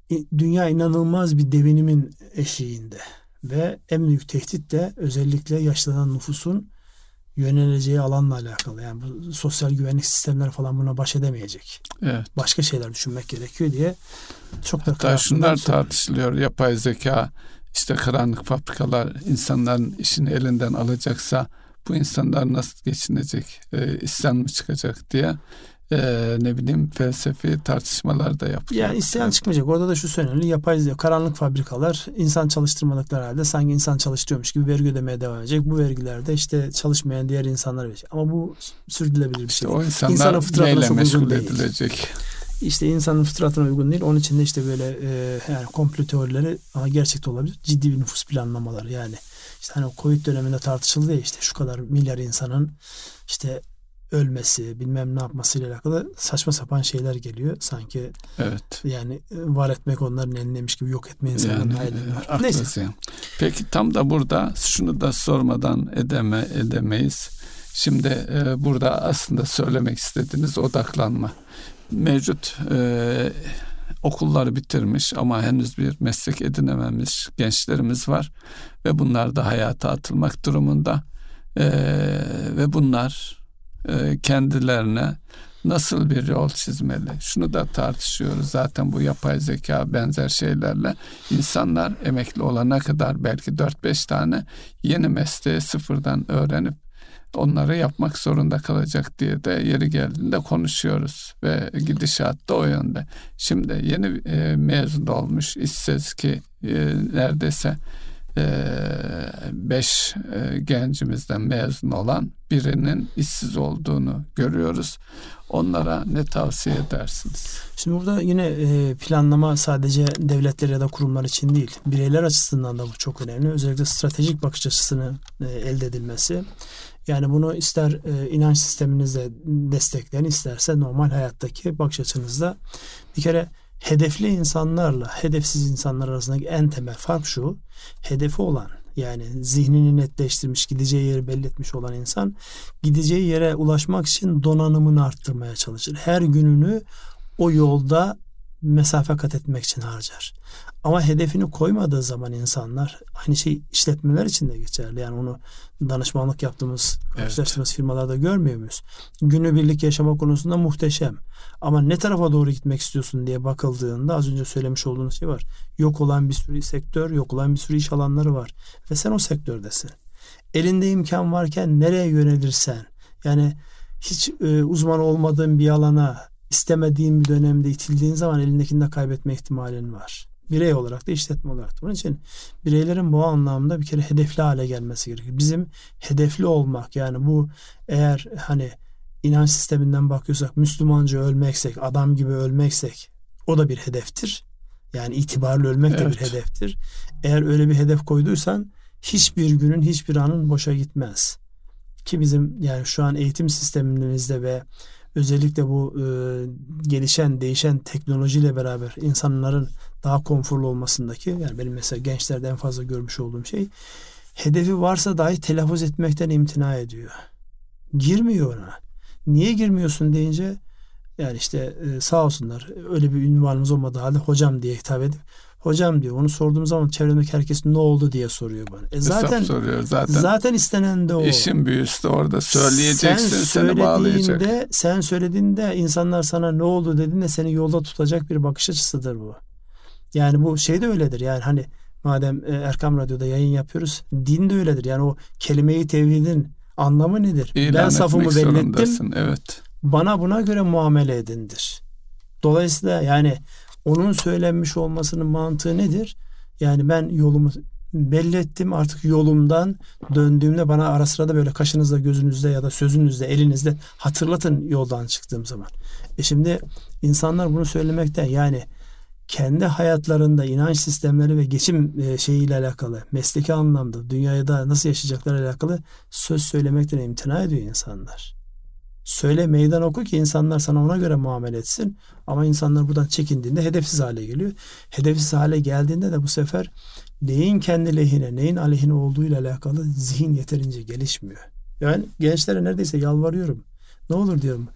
dünya inanılmaz bir devinimin eşiğinde ve en büyük tehdit de özellikle yaşlanan nüfusun yöneleceği alanla alakalı. Yani bu sosyal güvenlik sistemleri falan buna baş edemeyecek. Evet. Başka şeyler düşünmek gerekiyor diye çok da hatta şunlar tartışılıyor. Yapay zeka, işte karanlık fabrikalar insanların işini elinden alacaksa bu insanlar nasıl geçinecek? İsyan mı çıkacak diye ne bileyim felsefi tartışmalar da yapılıyor. Yani isyan çıkmayacak. Orada da şu söyleniyor. Yapay zeka, karanlık fabrikalar insan çalıştırmadıkları halde sanki insan çalıştırıyormuş gibi vergi ödemeye devam edecek. Bu vergilerde işte çalışmayan diğer insanlar verecek. Ama bu sürdürülebilir bir şey. O insanlar neyle meşgul edilecek? İşte insanın fıtratına uygun değil. Onun için de işte böyle yani komplo teorileri gerçekte olabilir. Ciddi bir nüfus planlamaları yani. İşte hani Covid döneminde tartışıldı ya, işte şu kadar milyar insanın işte ölmesi, bilmem ne yapmasıyla alakalı saçma sapan şeyler geliyor. Sanki evet. Yani var etmek onların elindeymiş gibi yok etme insanların hayalleri var. Neyse. Yani. Peki tam da burada şunu da sormadan edemeyiz. Şimdi burada aslında söylemek istediğiniz odaklanma. Mevcut okulları bitirmiş ama henüz bir meslek edinememiş gençlerimiz var ve bunlar da hayata atılmak durumunda ve bunlar kendilerine nasıl bir yol çizmeli? Şunu da tartışıyoruz zaten, bu yapay zeka benzer şeylerle. İnsanlar emekli olana kadar belki 4-5 tane yeni mesleği sıfırdan öğrenip onları yapmak zorunda kalacak diye de yeri geldiğinde konuşuyoruz ve gidişat da o yönde. Şimdi yeni mezun olmuş işsiz ki neredeyse 5 gencimizden mezun olan birinin işsiz olduğunu görüyoruz. Onlara ne tavsiye edersiniz? Şimdi burada yine planlama sadece devletler ya da kurumlar için değil, bireyler açısından da bu çok önemli. Özellikle stratejik bakış açısını elde edilmesi. Yani bunu ister inanç sisteminizle destekleyin, isterse normal hayattaki bakış açınızda. Bir kere hedefli insanlarla hedefsiz insanlar arasındaki en temel fark şu: hedefi olan, yani zihnini netleştirmiş, gideceği yeri belli etmiş olan insan gideceği yere ulaşmak için donanımını arttırmaya çalışır. Her gününü o yolda mesafe kat etmek için harcar. Ama hedefini koymadığı zaman insanlar, aynı şey işletmeler için de geçerli. Yani onu danışmanlık yaptığımız, karşılaştığımız firmalarda görmüyor muyuz? Günübirlik yaşama konusunda muhteşem. Ama ne tarafa doğru gitmek istiyorsun diye bakıldığında az önce söylemiş olduğunuz şey var. Yok olan bir sürü sektör, yok olan bir sürü iş alanları var. Ve sen o sektördesin. Elinde imkan varken nereye yönelirsen, yani hiç uzman olmadığın bir alana istemediğin bir dönemde itildiğin zaman elindekini de kaybetme ihtimalin var. Birey olarak da işletme olarak da. Onun için bireylerin bu anlamda bir kere hedefli hale gelmesi gerekiyor. Bizim hedefli olmak, yani bu eğer hani inanç sisteminden bakıyorsak Müslümanca ölmeksek, adam gibi ölmeksek o da bir hedeftir. Yani itibarlı ölmek de bir hedeftir. Eğer öyle bir hedef koyduysan hiçbir günün, hiçbir anın boşa gitmez. Ki bizim yani şu an eğitim sistemimizde ve özellikle bu gelişen, değişen teknolojiyle beraber insanların daha konforlu olmasındaki, yani benim mesela gençlerde en fazla görmüş olduğum şey, hedefi varsa dahi telaffuz etmekten imtina ediyor. Girmiyor ona. Niye girmiyorsun deyince, yani işte sağ olsunlar öyle bir ünvanımız olmadığı halde hocam diye hitap edip hocam diyor. Onu sorduğum zaman çevremdeki herkes ne oldu diye soruyor bana. Zaten soruyor zaten. Zaten istenen de o. İşin büyüsü de orada, söyleyeceksin, seni bağlayacak. Sen söylediğinde insanlar sana ne oldu dediğinde seni yolda tutacak bir bakış açısıdır bu. Yani bu şey de öyledir. Yani hani madem Erkam Radyo'da yayın yapıyoruz, din de öyledir. Yani o kelime-i tevhidin anlamı nedir? Ben safımı belli ettim. Evet. Bana buna göre muamele edindir. Dolayısıyla yani onun söylenmiş olmasının mantığı nedir? Yani ben yolumu belli ettim, artık yolumdan döndüğümde bana ara sıra da böyle kaşınızda, gözünüzde ya da sözünüzde, elinizde hatırlatın yoldan çıktığım zaman. Şimdi insanlar bunu söylemekten, yani kendi hayatlarında inanç sistemleri ve geçim şeyiyle alakalı, mesleki anlamda dünyaya da nasıl yaşayacaklarıyla alakalı söz söylemekten imtina ediyor insanlar. Söyle, meydan oku ki insanlar sana ona göre muamele etsin. Ama insanlar buradan çekindiğinde hedefsiz hale geliyor. Hedefsiz hale geldiğinde de bu sefer neyin kendi lehine, neyin aleyhine olduğuyla alakalı zihin yeterince gelişmiyor. Yani gençlere neredeyse yalvarıyorum. Ne olur diyorum,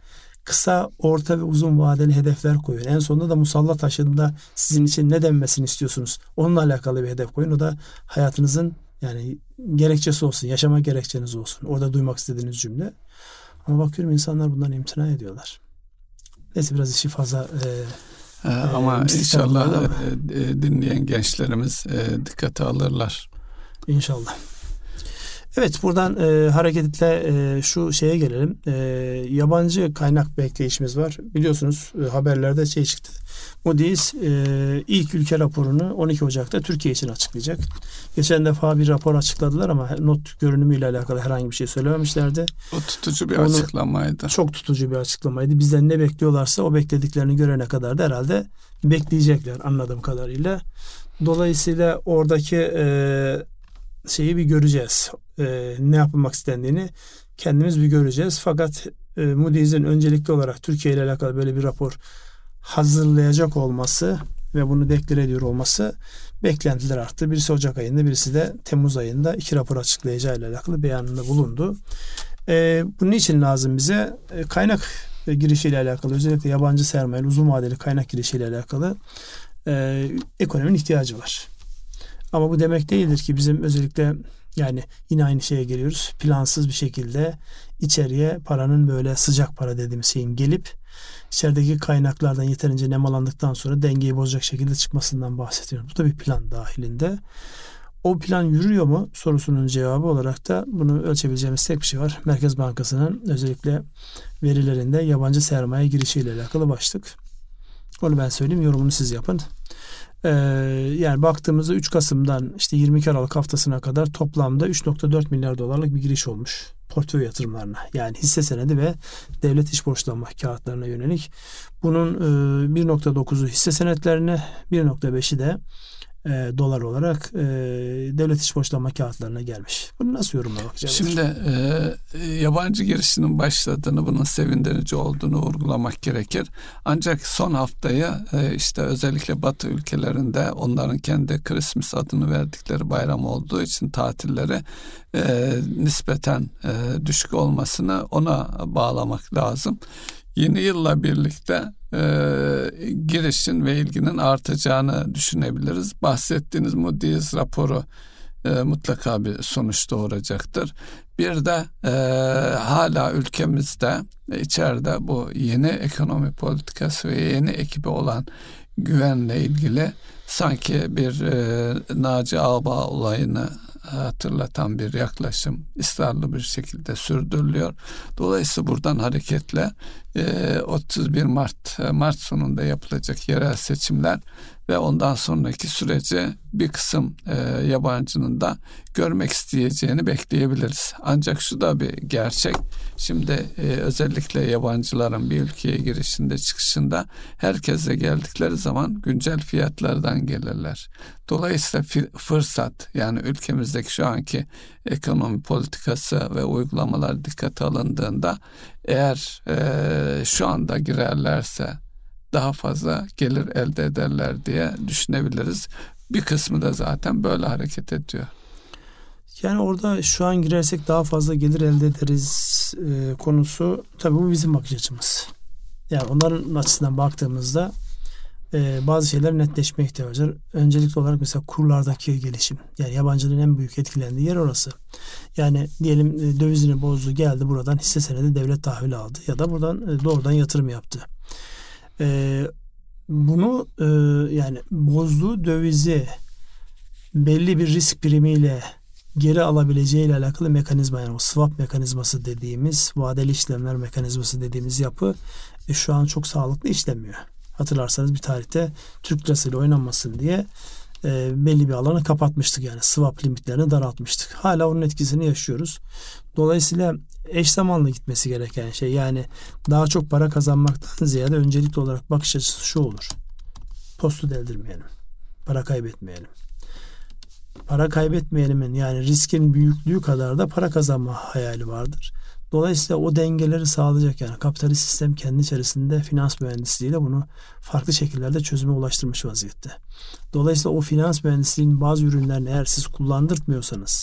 kısa, orta ve uzun vadeli hedefler koyun. En sonunda da musalla taşında sizin için ne denmesini istiyorsunuz? Onunla alakalı bir hedef koyun. O da hayatınızın yani gerekçesi olsun, yaşama gerekçeniz olsun. Orada duymak istediğiniz cümle. Ama bakıyorum insanlar bundan imtina ediyorlar. Neyse biraz işi fazla ama inşallah dinleyen gençlerimiz dikkate alırlar. İnşallah. Evet, buradan hareketle şu şeye gelelim. Yabancı kaynak bekleyişimiz var. Biliyorsunuz haberlerde çıktı. Moody's ilk ülke raporunu 12 Ocak'ta Türkiye için açıklayacak. Geçen defa bir rapor açıkladılar ama not görünümüyle alakalı herhangi bir şey söylememişlerdi. O tutucu bir açıklamaydı. Çok tutucu bir açıklamaydı. Bizden ne bekliyorlarsa o beklediklerini görene kadar da herhalde bekleyecekler anladığım kadarıyla. Dolayısıyla oradaki şeyi bir göreceğiz. Ne yapılmak istendiğini kendimiz bir göreceğiz. Fakat Moody's'in öncelikli olarak Türkiye ile alakalı böyle bir rapor hazırlayacak olması ve bunu deklare ediyor olması beklentiler arttı. Birisi Ocak ayında, birisi de Temmuz ayında 2 rapor açıklayacağı ile alakalı beyanında bulundu. Bunun için lazım bize kaynak girişiyle alakalı, özellikle yabancı sermaye, uzun vadeli kaynak girişiyle alakalı ekonominin ihtiyacı var. Ama bu demek değildir ki bizim özellikle yani yine aynı şeye geliyoruz. Plansız bir şekilde içeriye paranın böyle sıcak para dediğimiz şeyin gelip içerideki kaynaklardan yeterince nemalandıktan sonra dengeyi bozacak şekilde çıkmasından bahsediyoruz. Bu da bir plan dahilinde. O plan yürüyor mu sorusunun cevabı olarak da bunu ölçebileceğimiz tek bir şey var. Merkez Bankası'nın özellikle verilerinde yabancı sermaye girişiyle alakalı başlık. Onu ben söyleyeyim, yorumunu siz yapın. Yani baktığımızda 3 Kasım'dan işte 22 Aralık haftasına kadar toplamda 3.4 milyar dolarlık bir giriş olmuş portföy yatırımlarına. Yani hisse senedi ve devlet iş borçlanma kağıtlarına yönelik. Bunun 1.9'u hisse senetlerine, 1.5'i de dolar olarak devlet iş borçlanma kağıtlarına gelmiş. Bunu nasıl yorumla bakacağız? Şimdi yabancı girişinin başladığını, bunun sevindirici olduğunu vurgulamak gerekir. Ancak son haftayı işte özellikle Batı ülkelerinde onların kendi Christmas adını verdikleri bayram olduğu için tatilleri nispeten düşük olmasını ona bağlamak lazım. Yeni yılla birlikte girişin ve ilginin artacağını düşünebiliriz. Bahsettiğiniz Moody's raporu mutlaka bir sonuç doğuracaktır. Bir de hala ülkemizde içeride bu yeni ekonomi politikası ve yeni ekibi olan güvenle ilgili sanki bir Naci Ağbağ olayını hatırlatan bir yaklaşım ısrarlı bir şekilde sürdürülüyor. Dolayısıyla buradan hareketle 31 Mart sonunda yapılacak yerel seçimler ve ondan sonraki süreci bir kısım yabancının da görmek isteyeceğini bekleyebiliriz. Ancak şu da bir gerçek. Şimdi özellikle yabancıların bir ülkeye girişinde çıkışında herkese geldikleri zaman güncel fiyatlardan gelirler. Dolayısıyla fırsat, yani ülkemizdeki şu anki ekonomi politikası ve uygulamalar dikkate alındığında eğer şu anda girerlerse daha fazla gelir elde ederler diye düşünebiliriz. Bir kısmı da zaten böyle hareket ediyor. Yani orada şu an girersek daha fazla gelir elde ederiz konusu, tabii bu bizim bakış açımız. Yani onların açısından baktığımızda bazı şeyler netleşmeye ihtiyacı var. Öncelikli olarak mesela kurlardaki gelişim. Yani yabancının en büyük etkilendiği yer orası. Yani diyelim dövizini bozdu, geldi buradan hisse senedi devlet tahvili aldı ya da buradan doğrudan yatırım yaptı. Bunu yani bozduğu dövizi belli bir risk primiyle geri alabileceği ile alakalı mekanizma, yani o swap mekanizması dediğimiz, vadeli işlemler mekanizması dediğimiz yapı şu an çok sağlıklı işlemiyor. Hatırlarsanız bir tarihte Türk lirasıyla oynanmasın diye belli bir alanı kapatmıştık, yani swap limitlerini daraltmıştık. Hala onun etkisini yaşıyoruz. Dolayısıyla eş zamanlı gitmesi gereken şey, yani daha çok para kazanmaktan ziyade öncelikli olarak bakış açısı şu olur: postu deldirmeyelim, para kaybetmeyelim. Para kaybetmeyelimin, yani riskin büyüklüğü kadar da para kazanma hayali vardır. Dolayısıyla o dengeleri sağlayacak, yani kapitalist sistem kendi içerisinde finans mühendisliğiyle bunu farklı şekillerde çözüme ulaştırmış vaziyette. Dolayısıyla o finans mühendisliğinin bazı ürünlerini eğer siz kullandırtmıyorsanız,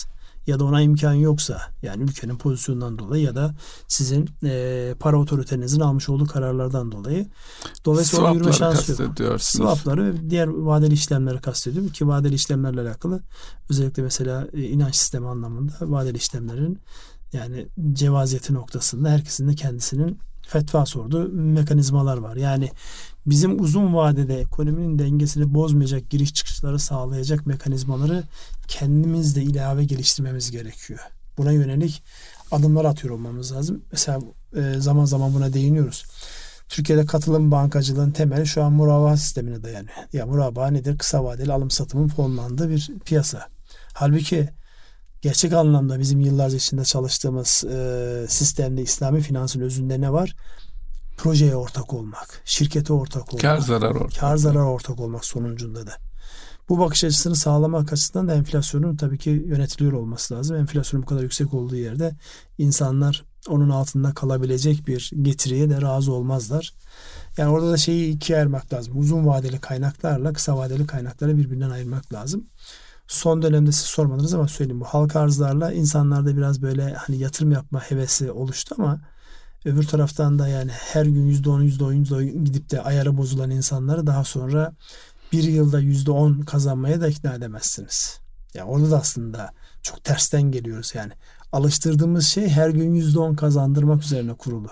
ya da ona imkan yoksa, yani ülkenin pozisyonundan dolayı ya da sizin para otoritenizin almış olduğu kararlardan dolayı. Dolayısıyla ona yürüme şansı yok. Swapları ve diğer vadeli işlemleri kastediyorum ki vadeli işlemlerle alakalı özellikle mesela inanç sistemi anlamında vadeli işlemlerin yani cevaziyeti noktasında herkesin de kendisinin fetva sorduğu mekanizmalar var. Yani bizim uzun vadede ekonominin dengesini bozmayacak giriş çıkışları sağlayacak mekanizmaları kendimizde ilave geliştirmemiz gerekiyor. Buna yönelik adımlar atıyor olmamız lazım. Mesela zaman zaman buna değiniyoruz. Türkiye'de katılım bankacılığın temeli şu an murabaa sistemine dayanıyor. Ya murabaa nedir? Kısa vadeli alım satımın fonlandığı bir piyasa. Halbuki gerçek anlamda bizim yıllarca içinde çalıştığımız sistemde İslami finansın özünde ne var? Projeye ortak olmak, şirkete ortak olmak, kar zarar ortak olmak sonucunda da. Bu bakış açısını sağlamak açısından da enflasyonun tabii ki yönetiliyor olması lazım. Enflasyonun bu kadar yüksek olduğu yerde insanlar onun altında kalabilecek bir getiriye de razı olmazlar. Yani orada da şeyi ikiye ayırmak lazım. Uzun vadeli kaynaklarla kısa vadeli kaynakları birbirinden ayırmak lazım. Son dönemde siz sormadınız ama söyleyeyim, bu halka arzlarla insanlarda biraz böyle hani yatırım yapma hevesi oluştu ama öbür taraftan da yani her gün %10 gidip de ayarı bozulan insanları daha sonra bir yılda %10 kazanmaya da ikna edemezsiniz. Yani orada da aslında çok tersten geliyoruz yani. Alıştırdığımız şey her gün %10 kazandırmak üzerine kurulu.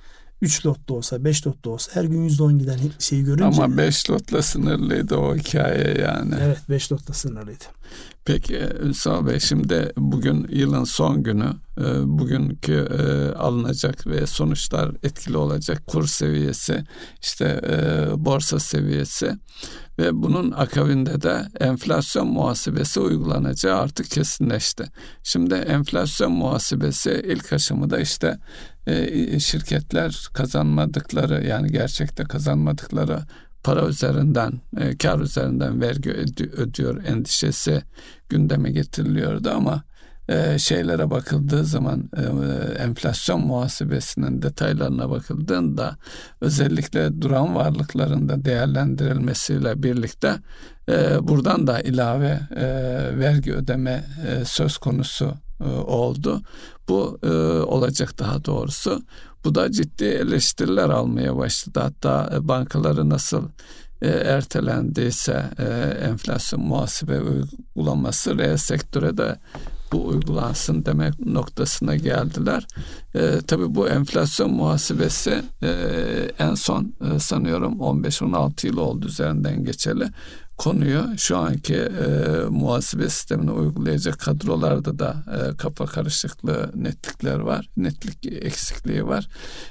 3 lot da olsa 5 lot da olsa her gün %10 giden şeyi görünce. Ama 5 lotla sınırlıydı o hikaye yani. Evet, 5 lotla sınırlıydı. Peki Ünsal Bey, şimdi bugün yılın son günü, bugünkü alınacak ve sonuçlar etkili olacak kur seviyesi, işte borsa seviyesi ve bunun akabinde de enflasyon muhasebesi uygulanacağı artık kesinleşti. Şimdi enflasyon muhasebesi ilk aşamada işte şirketler kazanmadıkları, yani gerçekte kazanmadıkları para üzerinden, kar üzerinden vergi ödüyor endişesi gündeme getiriliyordu ama şeylere bakıldığı zaman enflasyon muhasebesinin detaylarına bakıldığında özellikle duran varlıkların da değerlendirilmesiyle birlikte buradan da ilave vergi ödeme söz konusu oldu. Bu olacak daha doğrusu. Bu da ciddi eleştiriler almaya başladı. Hatta bankaları nasıl ertelendiyse enflasyon muhasebe uygulaması reel sektöre de bu uygulansın demek noktasına geldiler. Tabii bu enflasyon muhasebesi en son sanıyorum 15-16 yıl oldu üzerinden geçeli. Konuyu şu anki muhasebe sistemini uygulayacak kadrolarda da kafa karışıklığı, netlik eksikliği var.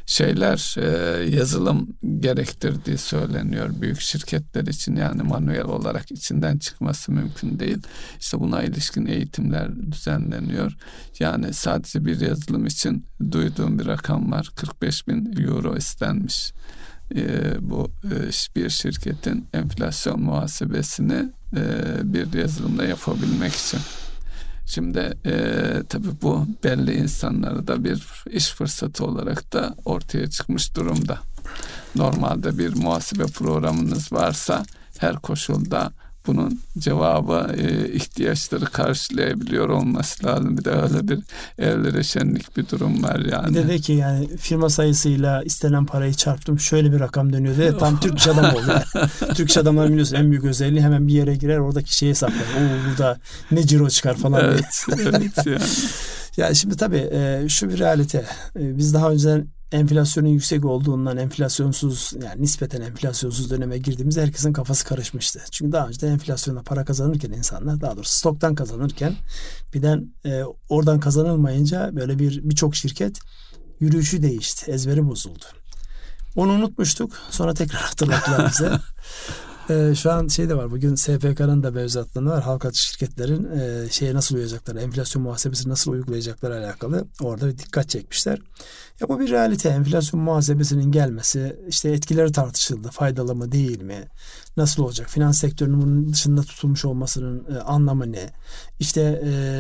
Yazılım gerektirdiği söyleniyor büyük şirketler için, yani manuel olarak içinden çıkması mümkün değil. İşte buna ilişkin eğitimler düzenleniyor. Yani sadece bir yazılım için duyduğum bir rakam var, 45.000 euro istenmiş. Bu bir şirketin enflasyon muhasebesini bir yazılımla yapabilmek için. Şimdi tabii bu belli insanlara da bir iş fırsatı olarak da ortaya çıkmış durumda. Normalde bir muhasebe programınız varsa her koşulda bunun cevabı ihtiyaçları karşılayabiliyor olması lazım. Bir de öyle bir evlere şenlik bir durum var yani. Bir de ki yani firma sayısıyla istenen parayı çarptım, şöyle bir rakam dönüyor diye tam Türk iş adamı oldu. Yani. Türk iş adamları biliyorsun en büyük özelliği hemen bir yere girer, oradaki şeyi hesaplar. Burada ne ciro çıkar falan diye. Evet yani. Ya şimdi tabii şu bir realite. Biz daha önceden enflasyonun yüksek olduğundan enflasyonsuz, yani nispeten enflasyonsuz döneme girdiğimizde herkesin kafası karışmıştı. Çünkü daha önceden enflasyonla para kazanırken insanlar, daha doğrusu stoktan kazanırken birden oradan kazanılmayınca böyle birçok şirket yürüyüşü değişti. Ezberi bozuldu. Onu unutmuştuk. Sonra tekrar hatırlattılar bize. Şu an şey de var. Bugün SPK'nın da mevzuatları var. Halka açık şirketlerin şeye nasıl uyacakları, enflasyon muhasebesini nasıl uygulayacakları alakalı orada bir dikkat çekmişler. Ya bu bir realite. Enflasyon muhasebesinin gelmesi, işte etkileri tartışıldı. Faydalı mı değil mi? Nasıl olacak? Finans sektörünün bunun dışında tutulmuş olmasının anlamı ne? İşte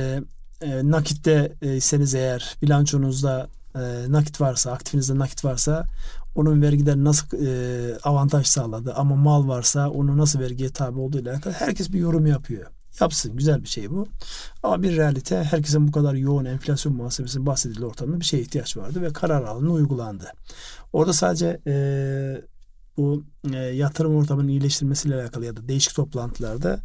nakitte iseniz eğer, bilançonuzda nakit varsa, aktifinizde nakit varsa onun vergiden nasıl avantaj sağladı, ama mal varsa onu nasıl vergiye tabi olduğu ile alakalı herkes bir yorum yapıyor. Yapsın, güzel bir şey bu. Ama bir realite, herkesin bu kadar yoğun enflasyon muhasebesinin bahsedildiği ortamda bir şeye ihtiyaç vardı ve karar alındı, uygulandı. Orada sadece bu yatırım ortamının iyileştirmesiyle alakalı ya da değişik toplantılarda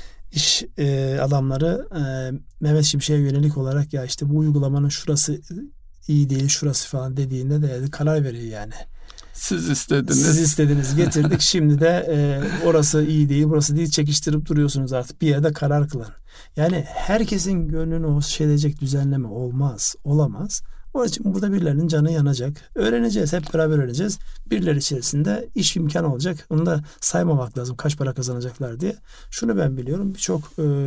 iş adamları Mehmet Şimşek'e yönelik olarak ya işte bu uygulamanın şurası iyi değil, şurası falan dediğinde de karar veriyor yani. Siz istediniz. Siz istediniz, getirdik. Şimdi de orası iyi değil, burası değil, çekiştirip duruyorsunuz artık. Bir yerde karar kılın. Yani herkesin gönlünü hoş edecek düzenleme olmaz, olamaz. Onun için burada birilerinin canı yanacak. Öğreneceğiz, hep beraber öğreneceğiz. Birileri içerisinde iş imkanı olacak. Onu da saymamak lazım, kaç para kazanacaklar diye. Şunu ben biliyorum, birçok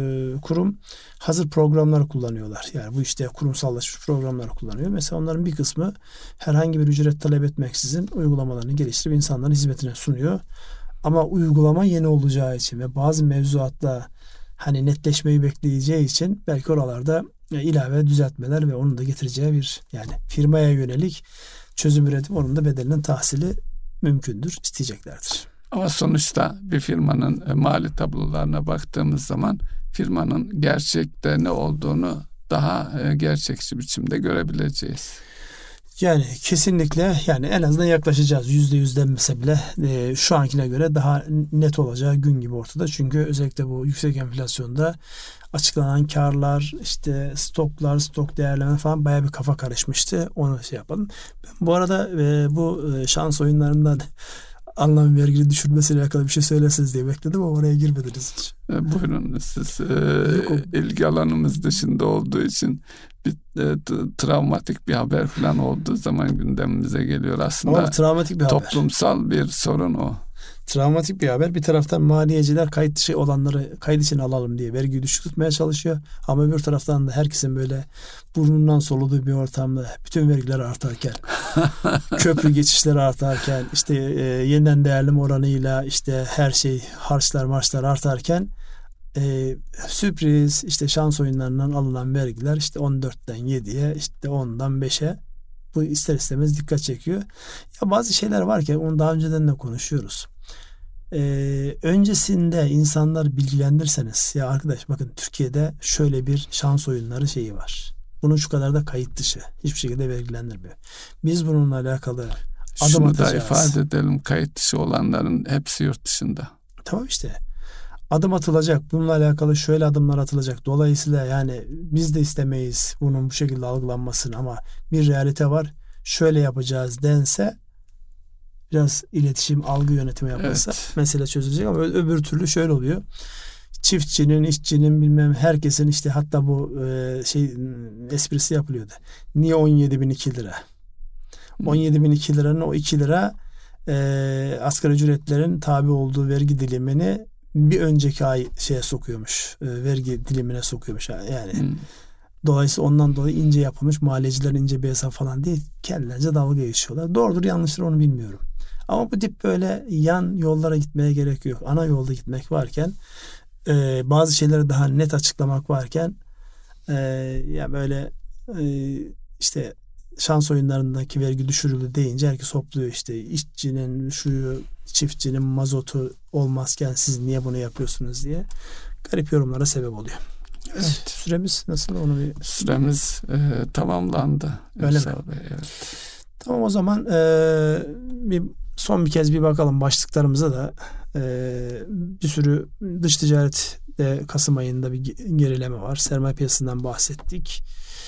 kurum hazır programlar kullanıyorlar. Yani bu işte kurumsallaşmış programlar kullanıyor. Mesela onların bir kısmı herhangi bir ücret talep etmeksizin uygulamalarını geliştirip insanların hizmetine sunuyor. Ama uygulama yeni olacağı için ve bazı mevzuatla hani netleşmeyi bekleyeceği için belki oralarda ilave düzeltmeler ve onun da getireceği bir yani firmaya yönelik çözüm üretip onun da bedelinin tahsili mümkündür, isteyeceklerdir. Ama sonuçta bir firmanın mali tablolarına baktığımız zaman firmanın gerçekte ne olduğunu daha gerçekçi biçimde görebileceğiz. Yani kesinlikle, yani en azından yaklaşacağız. %100 denmese bile şu ankine göre daha net olacağı gün gibi ortada. Çünkü özellikle bu yüksek enflasyonda açıklanan karlar, işte stoklar, stok değerleme falan bayağı bir kafa karışmıştı. Onu yapalım. Ben bu arada bu şans oyunlarından anlam vergili düşürmesiyle alakalı bir şey söylesiniz diye bekledim ama oraya girmediniz hiç. Buyurun siz. İlgi alanımız dışında olduğu için bir travmatik bir haber falan olduğu zaman gündemimize geliyor aslında. Ama travmatik bir haber. Toplumsal bir sorun o. Travmatik bir haber. Bir taraftan maliyeciler kayıt dışı olanları kayıt içine alalım diye vergiyi düşük tutmaya çalışıyor. Ama öbür taraftan da herkesin böyle burnundan soluduğu bir ortamda bütün vergiler artarken, köprü geçişleri artarken, işte yeniden değerleme oranıyla işte her şey harçlar marşlar artarken sürpriz işte şans oyunlarından alınan vergiler işte 14'ten 7'ye işte 10'dan 5'e bu ister istemez dikkat çekiyor. Ya bazı şeyler var ki onu daha önceden de konuşuyoruz. Öncesinde insanlar bilgilendirirseniz ya arkadaş bakın Türkiye'de şöyle bir şans oyunları şeyi var. Bunun şu kadar da kayıt dışı. Hiçbir şekilde vergilendirmiyor. Biz bununla alakalı adım şunu atacağız. da ifade edelim, kayıt dışı olanların hepsi yurt dışında. Tamam işte. Adım atılacak. Bununla alakalı şöyle adımlar atılacak. Dolayısıyla yani biz de istemeyiz bunun bu şekilde algılanmasını ama bir realite var. Şöyle yapacağız dense biraz iletişim, algı yönetimi yapılsa mesele çözülecek ama öbür türlü şöyle oluyor. Çiftçinin, işçinin bilmem herkesin işte hatta bu esprisi yapılıyordu. Niye 17.002 lira? 17.002 liranın o 2 lira asgari ücretlerin tabi olduğu vergi dilimini bir önceki ay şeye sokuyormuş. Vergi dilimine sokuyormuş. Yani dolayısıyla ondan dolayı ince yapılmış. Maliyecilerin ince bir hesap falan değil. Kendilerince dalga geçiyorlar. Doğrudur yanlıştır onu bilmiyorum. Ama bu tip böyle yan yollara gitmeye gerek yok. Ana yolda gitmek varken bazı şeyleri daha net açıklamak varken ya böyle işte şans oyunlarındaki vergi düşürüldü deyince herkes hopluyor işte işçinin şuyu çiftçinin mazotu olmazken siz niye bunu yapıyorsunuz diye garip yorumlara sebep oluyor. Evet. Süremiz nasıl onu bir... Süremiz tamamlandı. Öyle mi? Evet. Tamam o zaman son bir kez bir bakalım başlıklarımıza da bir sürü dış ticarette Kasım ayında bir gerileme var. Sermaye piyasasından bahsettik.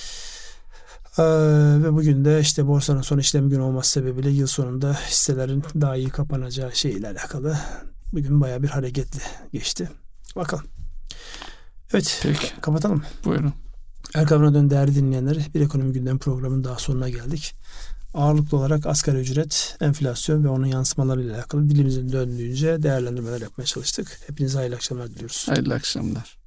Ve bugün de işte borsanın son işlem günü olması sebebiyle yıl sonunda hisselerin daha iyi kapanacağı şeyle alakalı bugün bayağı bir hareketli geçti. Bakalım. Evet. Peki. Kapatalım. Buyurun. Erkam Radyo'nun değerli dinleyenleri bir ekonomi gündemi programının daha sonuna geldik. Ağırlıklı olarak asgari ücret, enflasyon ve onun yansımalarıyla alakalı dilimizin döndüğünce değerlendirmeler yapmaya çalıştık. Hepinize hayırlı akşamlar diliyoruz. Hayırlı akşamlar.